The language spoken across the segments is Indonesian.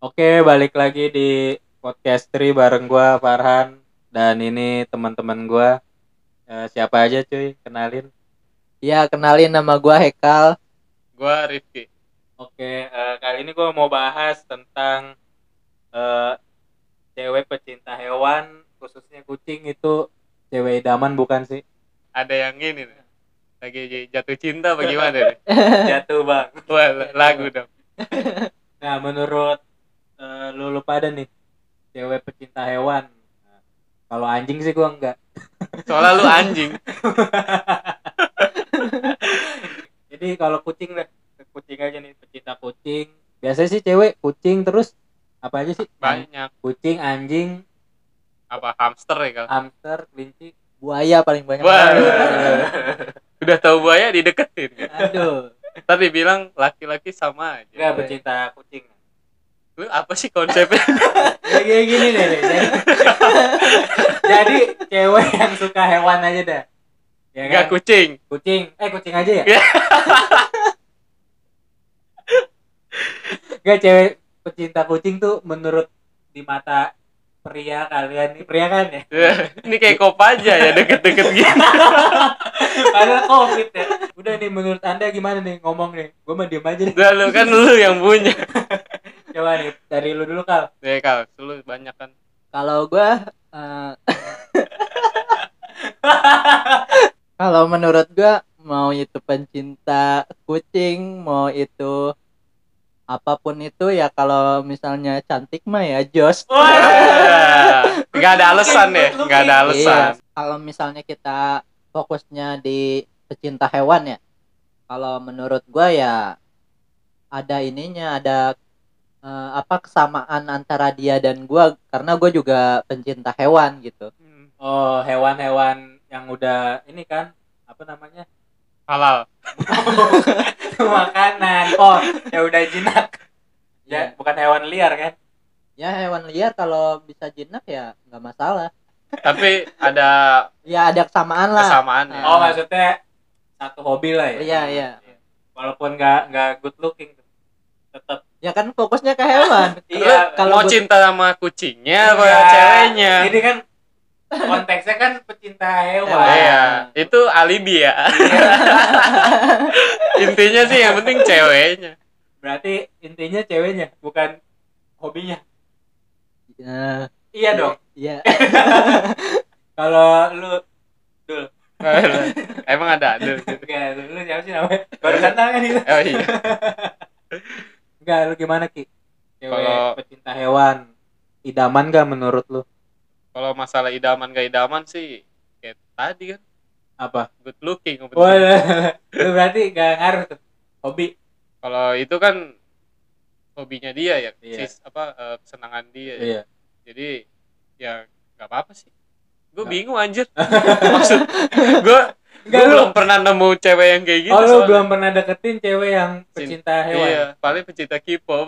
Oke, balik lagi di podcast Tri bareng gua Farhan dan ini teman-teman gua. Siapa aja cuy? Kenalin. Ya, kenalin nama gua Hekal. Gua Rifki. Oke, kali ini gua mau bahas tentang eh, cewek pecinta hewan, khususnya kucing itu cewek idaman bukan sih? Ada yang ini nih, lagi jatuh cinta bagaimana nih? Jatuh bang. Wah, lagu dong. Nah, menurut lu pada nih, cewek pecinta hewan. Nah, kalau anjing sih gua enggak. Soalnya lu anjing. Jadi kalau kucing deh, kucing aja nih, pecinta kucing. Biasanya sih cewek kucing, terus apa aja sih? Banyak. Kucing, anjing, Apa hamster ya kan? hamster, kelinci. Buaya paling banyak. Wah. Udah tahu buaya dideketin kan? Aduh, Tapi bilang laki-laki sama aja. enggak pecinta kucing. Lu apa sih konsepnya? Kayak gini deh. Jadi cewek yang suka hewan aja dah. Ya Enggak kan? kucing. Kucing aja ya? Ya. Enggak, cewek pecinta kucing tuh menurut di mata pria kalian nih, pria kan ya? Ini kayak Kopaja ya, deket-deket gitu. Padahal COVID ya. Udah nih, menurut Anda gimana nih ngomong nih? Gue mah diem aja nih. Udah lu kan lu yang punya. Coba nih, dari lu dulu Kal. Ya Kal, lu banyak kan. Kalau gua kalau menurut gua mau itu pencinta kucing, mau itu apapun itu ya, kalau misalnya cantik mah ya jos. Enggak ada alasan ya, enggak ada alasan. Iya. Kalau misalnya kita fokusnya di pecinta hewan ya, kalau menurut gua ya ada ininya, ada kesamaan antara dia dan gua, karena gua juga pencinta hewan gitu. Oh, hewan-hewan yang udah ini kan, apa namanya? Halal. Makanan. Oh, ya udah jinak. Ya, Iya. bukan hewan liar kan? Ya hewan liar kalau bisa jinak ya nggak masalah. Tapi ada Ya ada kesamaan lah. kesamaan ya. Oh, maksudnya satu hobi lah ya. Iya. Walaupun nggak good looking, tetap. Ya kan fokusnya ke hewan. Iya, Kalau Mau cinta sama kucingnya apa Enggak. ceweknya? Ini kan konteksnya kan pecinta hewan. Iya, itu alibi ya. Intinya sih yang penting ceweknya. Berarti intinya ceweknya, bukan hobinya. Ya, Iya dong. iya. Kalau lu Dul. Emang ada aduh. Enggak, lu siapa sih namanya? Baru kenal kan itu. Oh iya. Enggak, lu gimana Ki? Cewek Kalau- pecinta hewan. Idaman gak menurut lu? Kalau masalah idaman gak idaman sih kayak tadi kan Apa? good looking. yang penting. Wah, lu berarti gak ngaruh tuh. Hobi. Kalau itu kan hobinya dia ya, Iya. kesenangan dia. Ya. Iya. Jadi ya nggak apa-apa sih. Gue Nggak. bingung anjir. Maksud gue Enggak, lu. belum pernah nemu cewek yang kayak gitu. Oh, lu soalnya. belum pernah deketin cewek yang pecinta hewan. Iya, paling pecinta K-pop.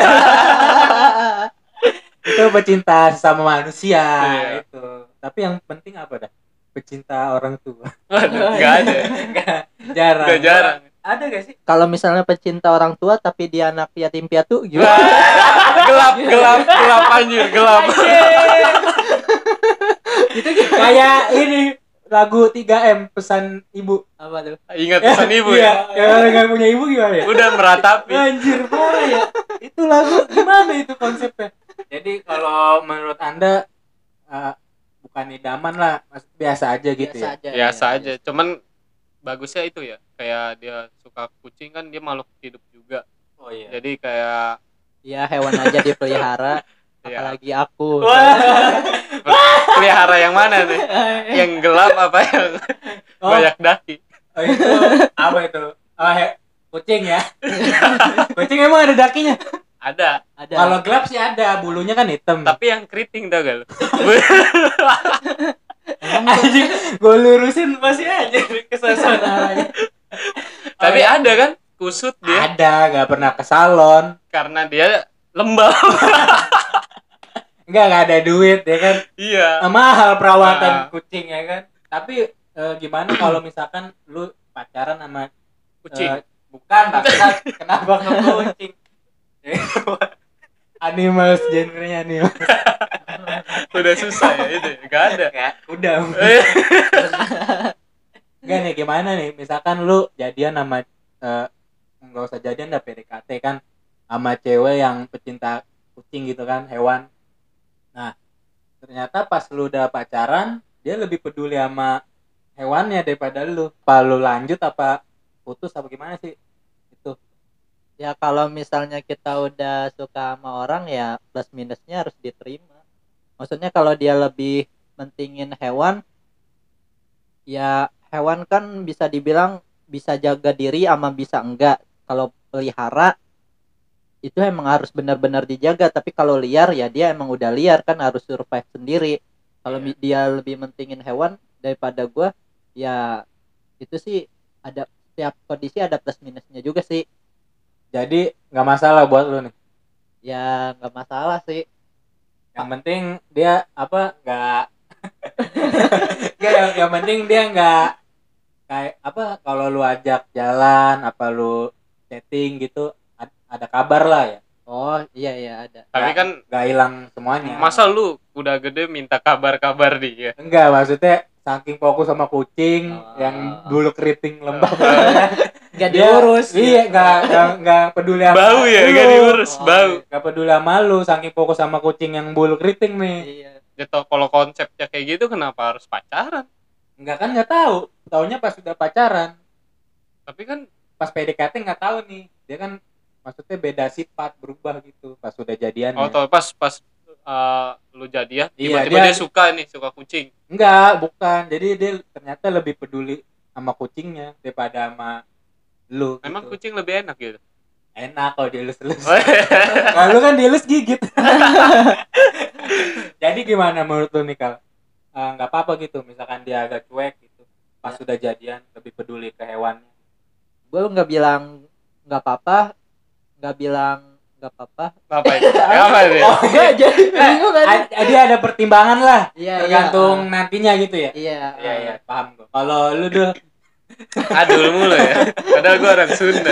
Itu pecinta sesama manusia Iya. itu. Tapi yang penting apa dah? Pecinta orang tua. Waduh, nggak ada. Enggak, jarang. Nggak jarang. Ada gak sih? Kalau misalnya pecinta orang tua tapi dia anak yatim piatu Wah, gimana? gelap anjir, gelap. Itu kayak ini lagu 3M pesan ibu. Apa tuh? Ingat pesan ibu Iya, ya. yang nggak punya ibu gimana ya? Udah meratapi. Anjir, parah ya. Itu lagu gimana itu konsepnya? Jadi kalau menurut Anda bukan idaman lah, biasa aja gitu ya. Biasa aja. Cuman bagusnya itu ya, kayak dia suka kucing kan, dia makhluk hidup juga. Oh iya. Jadi kayak Ya hewan aja dipelihara, ya, apalagi aku. Wah. pelihara yang mana nih? Yang gelap apa yang Oh, banyak daki? oh, itu apa itu? Oh, kucing ya. Kucing emang ada dakinya. Ada, Ada. Kalau gelap sih ada, bulunya kan hitam. tapi yang keriting tau gak lu? Anjing, gue lurusin masih aja kesasar arahnya. Tapi iya. ada kan kusut dia Ada, gak pernah ke salon. karena dia lembab. Enggak ada duit ya kan. Iya. Mahal perawatan Nah. kucing ya kan. Tapi gimana kalau misalkan lu pacaran sama Kucing. bukan maksudnya kenapa ke kucing? Animals, genrenya animals. Udah susah ya itu. Enggak ada. Kayak udah. Enggak nih, gimana nih? Misalkan lu jadian sama nggak usah jadian, dah PDKT kan sama cewek yang pecinta kucing gitu kan, hewan. Nah, ternyata pas lu udah pacaran, dia lebih peduli sama hewannya daripada lu. Apa lu lanjut apa putus apa gimana sih? Itu. Ya kalau misalnya kita udah suka sama orang ya plus minusnya harus diterima. Maksudnya kalau dia lebih mentingin hewan, ya hewan kan bisa dibilang bisa jaga diri sama bisa enggak. Kalau pelihara itu emang harus benar-benar dijaga, tapi kalau liar ya dia emang udah liar kan, harus survive sendiri. Kalau dia lebih mentingin hewan daripada gua, ya itu sih ada setiap kondisi ada plus minusnya juga sih. Jadi nggak masalah buat lu nih. Ya nggak masalah sih. Yang penting dia apa nggak nggak yang penting dia nggak kayak apa, kalau lu ajak jalan apa lu chatting gitu ada kabar lah ya. Oh iya iya ada. Tapi kan nggak hilang semuanya. masa lu udah gede minta kabar-kabar dia? Enggak, maksudnya saking fokus sama kucing yang bulu keriting lembab. Nggak diurus. Iya, nggak peduli sama Bau ya, lu. nggak diurus, bau. Nggak peduli sama lu, saking fokus sama kucing yang bulu keriting nih. Iya. Ya kalau konsepnya kayak gitu kenapa harus pacaran? Enggak kan, nggak tahu. Taunya pas sudah pacaran. Tapi kan Pas PDKT nggak tahu nih. Dia kan maksudnya beda sifat, berubah gitu pas sudah jadian. atau pas lu jadian Iya, tiba-tiba dia- dia suka kucing. Enggak, bukan. Jadi dia ternyata lebih peduli sama kucingnya daripada sama lu. Emang gitu. kucing lebih enak gitu. Enak kalau dielus-elus. Oh, Kalau lu kan dielus gigit. Jadi gimana menurut lu nih, Kal? Nggak apa-apa gitu, misalkan dia agak cuek gitu. Pas sudah jadian lebih peduli ke hewannya. Gue nggak bilang nggak apa-apa, nggak bilang nggak apa-apa. apa itu? Apa itu? Enggak, jadi bingung kan? Dia ada pertimbangan lah. Iya, Tergantung nantinya gitu ya. Iya. Iya, iya, paham gua. Kalau lu dul Adul mulu ya. Padahal gue orang Sunda.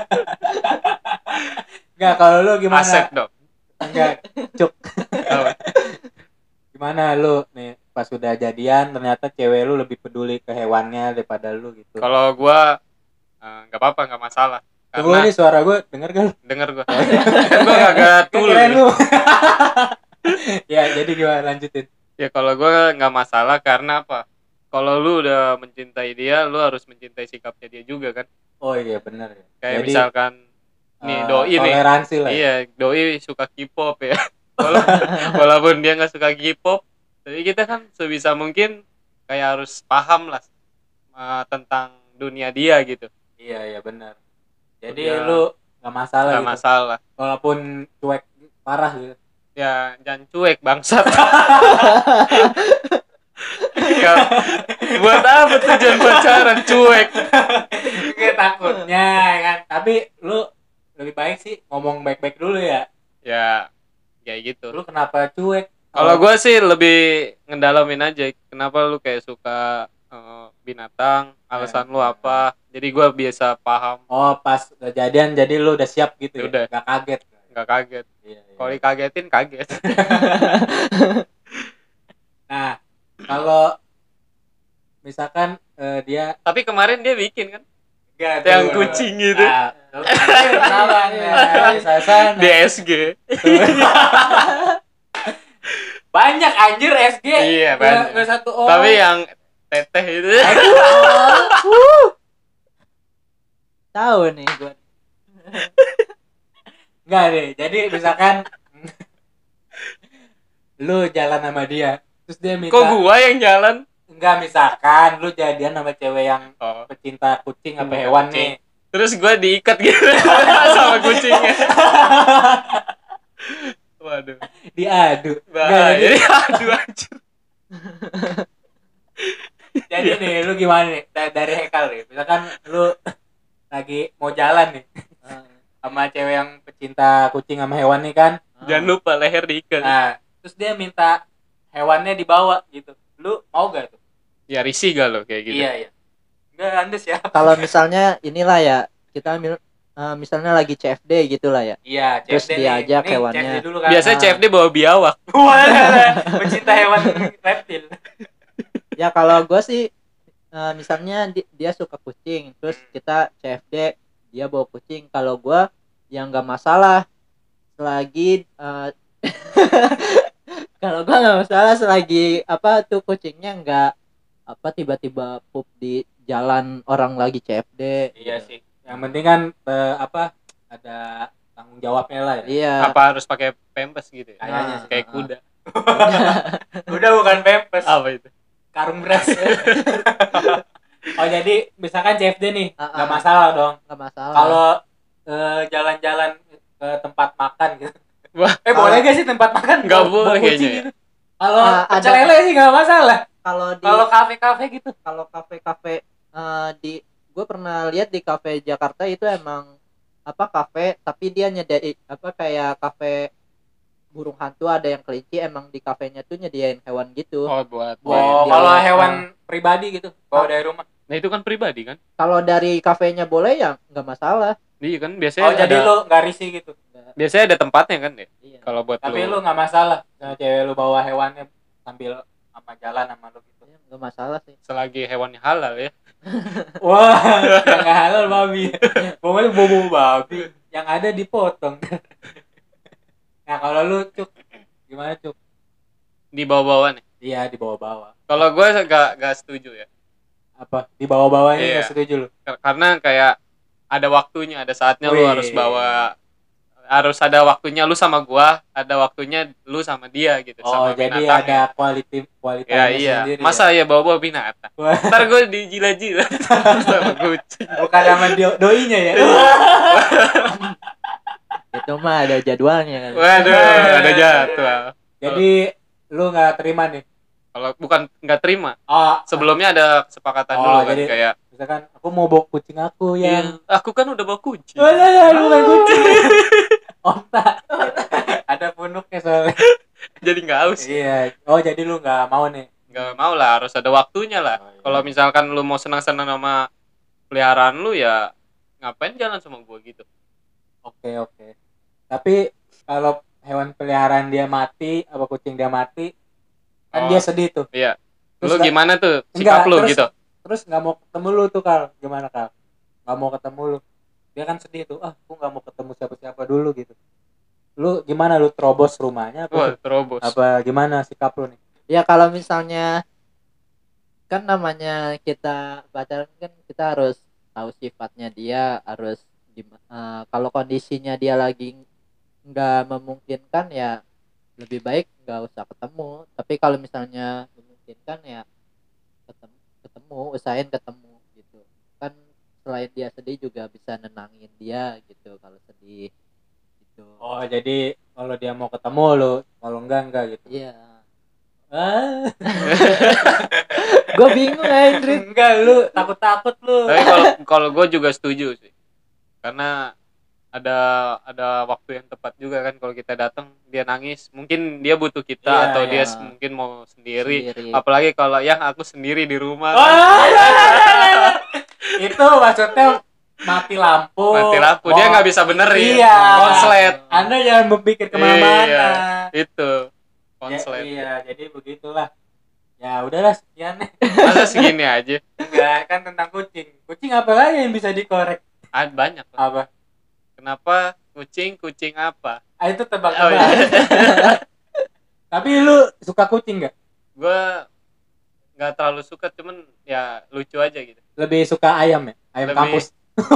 enggak, kalau lu gimana? Asep dong. Enggak, cuk. Apa? Gimana lu nih pas sudah jadian ternyata cewek lu lebih peduli ke hewannya daripada lu gitu. Kalau gue nggak apa-apa, nggak masalah. Tunggu Karena nih, suara gue denger gak lu? denger gue. Gue agak tuli. Keren lu. Ya, jadi gimana, lanjutin. Ya kalau gue nggak masalah karena apa? Kalau lu udah mencintai dia, lu harus mencintai sikapnya dia juga kan. Oh iya, benar ya. Kayak Jadi, misalkan nih doi nih. toleransi lah. Ya? Iya, doi suka K-pop ya. Walaupun dia nggak suka K-pop, tapi kita kan sebisa mungkin kayak harus paham lah tentang dunia dia gitu. Iya, iya benar. Jadi Ya, lu nggak masalah nggak gitu. masalah. Walaupun cuek parah gitu. Ya jangan cuek bangsat. Ya, buat apa tujuan pacaran cuek? Kayak takutnya kan. Tapi lu lebih baik sih ngomong baik-baik dulu ya. Ya kayak gitu. Lu kenapa cuek? Kalau gue sih lebih ngedalamin aja kenapa lu kayak suka binatang, alasan lu apa. Jadi gue biasa paham, Oh, pas udah jadian jadi lu udah siap gitu Udah. ya. Gak kaget. nggak kaget. Iya, iya. Kalau dikagetin kaget. Nah, kalau misalkan dia Tapi kemarin dia bikin kan enggak yang tuh. kucing gitu Ah, tuh. Kenalan ya. Sana. di SG. Banyak anjir SG. Iya, banyak. Nggak satu orang. Tapi yang teteh itu Tahu nih gue. enggak deh. Jadi misalkan lu jalan sama dia, terus dia minta kok gua yang jalan. enggak, misalkan lu jadian sama cewek yang Oh. pecinta kucing apa hewan Kucing. nih. Terus gua diikat gitu sama kucingnya. Waduh. Diadu. Enggak, Bahaya. jadi, Aduh anjir. jadi nih lu gimana nih dari Hekal nih. Misalkan lu lagi mau jalan nih sama cewek yang pecinta kucing sama hewan nih kan. Jangan lupa leher diikat. Nah, terus dia minta hewannya dibawa gitu. Lu mau gak tuh? Ya risih gak lo kayak gitu? Iya, iya. Enggak, Andes ya. Kalau misalnya inilah ya kita ambil misalnya lagi CFD gitulah ya. Iya, Terus CFD diajak nih hewannya. CFD dulu kan. Biasanya Ah. CFD bawa biawak. Walah, pecinta hewan reptil. Ya kalau gue sih misalnya dia suka kucing, terus kita CFD dia bawa kucing. Kalau gue yang nggak masalah selagi kalau gue nggak masalah selagi apa tuh kucingnya nggak apa tiba-tiba pup di jalan orang lagi CFD. Iya gitu. sih. Yang penting kan apa ada tanggung jawabnya lah ya. Iya. Apa harus pakai pampers gitu ya? Kayaknya Nah, sih. Kayak kuda. Udah bukan pampers, Apa itu? karung beras. Oh jadi misalkan CFD nih, Ah, nggak ah. masalah dong. Nggak masalah. Kalau jalan-jalan ke tempat makan gitu. Wah, Boleh gak sih tempat makan? Nggak bawa boleh kucing kayaknya ya. gitu. Kalau pecel ada- lele sih nggak masalah. kalau di Kalau kafe-kafe gitu. kalau kafe-kafe di gue pernah lihat di kafe Jakarta itu emang apa kafe tapi dia nyediain apa kayak kafe burung hantu, ada yang kelinci, emang di kafenya tuh nyediain hewan gitu. oh buat. Oh, dia- kalau dia- hewan pribadi gitu, bawa dari rumah. Nah itu kan pribadi kan? Kalau dari kafenya boleh ya nggak masalah. Iya kan Oh, biasanya jadi ada, lu nggak risih gitu. biasanya ada tempatnya kan ya. Iya. Kalau buat Tapi lu nggak masalah. Nah, cewek lu bawa hewannya sambil sama jalan sama lu gitu. Iya, nggak masalah sih. selagi hewannya halal ya. Wah, yang nggak halal babi. Pokoknya bobo babi. Yang ada dipotong. Nah, kalau lu Cuk, gimana Cuk? Di bawah-bawah nih. Iya, dibawa-bawa. Kalau gue gak setuju ya. Apa? Dibawa-bawa ini Iya. nggak setuju lu? Karena kayak ada waktunya, ada saatnya lu Wih. harus ada waktunya lu sama gua, ada waktunya lu sama dia gitu, Oh, sama jadi binatang. ada kualitasnya Ya iya. sendiri. Masa ya bawa-bawa binatang? Wah. Ntar gue dijila-jila sama kucing. Bukan sama doinya ya. Itu mah ada jadwalnya kan. Waduh, ada jadwal. Jadi lu nggak terima nih. Kalau bukan nggak terima, Oh, sebelumnya ada kesepakatan Oh, dulu kan, jadi- kayak misalkan aku mau bawa kucing aku yang "Iya, aku kan udah bawa kucing." lu bukan kucing. Onta. Ada punuknya soalnya. Jadi nggak aus. Iya. Oh, jadi lu nggak mau nih. Nggak mau lah, harus ada waktunya lah. Oh, iya. Kalau misalkan lu mau senang-senang sama peliharaan lu ya ngapain jalan sama gua gitu. Oke. Tapi kalau hewan peliharaan dia mati, apa kucing dia mati, kan Oh. dia sedih tuh. Iya. Terus Lu nggak- gimana tuh Enggak, sikap lu terus- gitu? Terus nggak mau ketemu lu tuh, Kal. Gimana, Kal? Nggak mau ketemu lu. Dia kan sedih tuh. Aku nggak mau ketemu siapa-siapa dulu gitu. Lu gimana, lu terobos rumahnya Wah, apa? terobos. Apa gimana sikap lu nih? Ya kalau misalnya kan namanya kita pacaran kan kita harus tahu sifatnya dia, harus kalau kondisinya dia lagi nggak memungkinkan ya lebih baik nggak usah ketemu. Tapi kalau misalnya memungkinkan ya ketemu, usahain ketemu gitu. Kan selain dia sedih juga bisa nenangin dia gitu kalau sedih gitu. Oh, jadi kalau dia mau ketemu lu, kalau enggak gitu. Iya. Ah, Gue bingung ya Indri. enggak, lu takut-takut lu. Tapi kalau gue juga setuju sih. Karena ada waktu yang tepat juga kan, kalau kita datang dia nangis, mungkin dia butuh kita Iya, atau iya. dia mungkin mau sendiri. Sendiri. Apalagi kalau yang aku sendiri di rumah. Oh, Kan. itu maksudnya mati lampu. Mati lampu, dia nggak bisa benerin. Iya. Konslet. Anda jangan berpikir kemana-mana. Iya, itu Ya, konslet. iya, jadi begitulah. Ya udahlah, sekian. Masa segini aja? Enggak, kan tentang kucing. Kucing apa lagi yang bisa dikorek? Banyak lah. Apa? Kenapa kucing apa? Ah, itu tebak-tebak. Oh, iya. Tapi lu suka kucing nggak? Gue nggak terlalu suka, cuman ya lucu aja gitu. Lebih suka ayam ya? Ayam Lebih- kampus.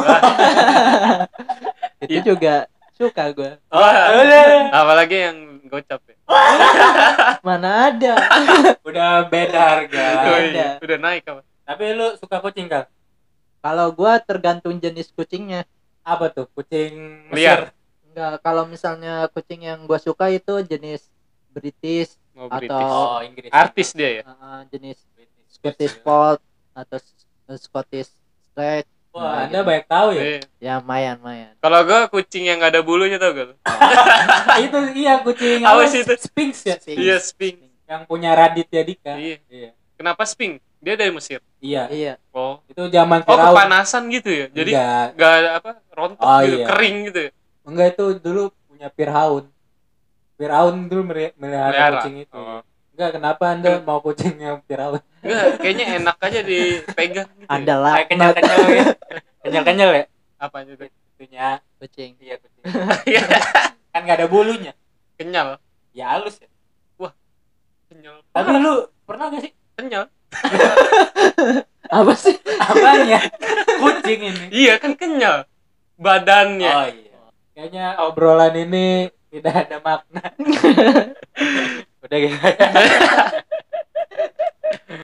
Itu juga suka gue. Udah. Apalagi yang gocap ya. Mana ada. Udah beda harga. Oh, ada. iya. Udah naik apa? Tapi lu suka kucing kan? Kalau gue tergantung jenis kucingnya. Apa tuh? Kucing Liar. Mesir. Enggak, kalau misalnya kucing yang gue suka itu jenis British Mau Atau- British. Oh, Inggris. Artis dia ya. jenis British. Scottish Fold atau Scottish Straight. Wah, Nah, Anda gitu. banyak tahu ya? Iya. Ya mayan. Kalau gue kucing yang gak ada bulunya tau gak lu? Itu iya kucing Apa sih itu? Sphinx ya? Iya, Sphinx. Yang punya Raditya Dika. Iya. Iya. Kenapa Sphinx? Dia dari Mesir. Iya, Iya. Oh. itu zaman Oh, Firaun. kepanasan gitu ya. Jadi Enggak, enggak ada apa rontok Oh, gitu, iya. kering gitu ya. enggak, itu dulu punya Firaun. Firaun dulu melihara Melihara. kucing itu. Oh. Enggak, kenapa Anda mau kucingnya Firaun? Enggak, kayaknya enak aja dipegang gitu. Ya. Anda laknat Kenyal-kenyal ya. Kenyal-kenyal ya. Apa itu? Itunya, kucing. iya kucing. Kan enggak ada bulunya. Kenyal. Ya halus ya. Kenyal. Tapi lu pernah gak sih? Kenyal. Apa sih? Apanya? Kucing ini. Iya, kan kenyal. Badannya. Oh iya. Kayaknya obrolan ini tidak ada makna. Udah gitu.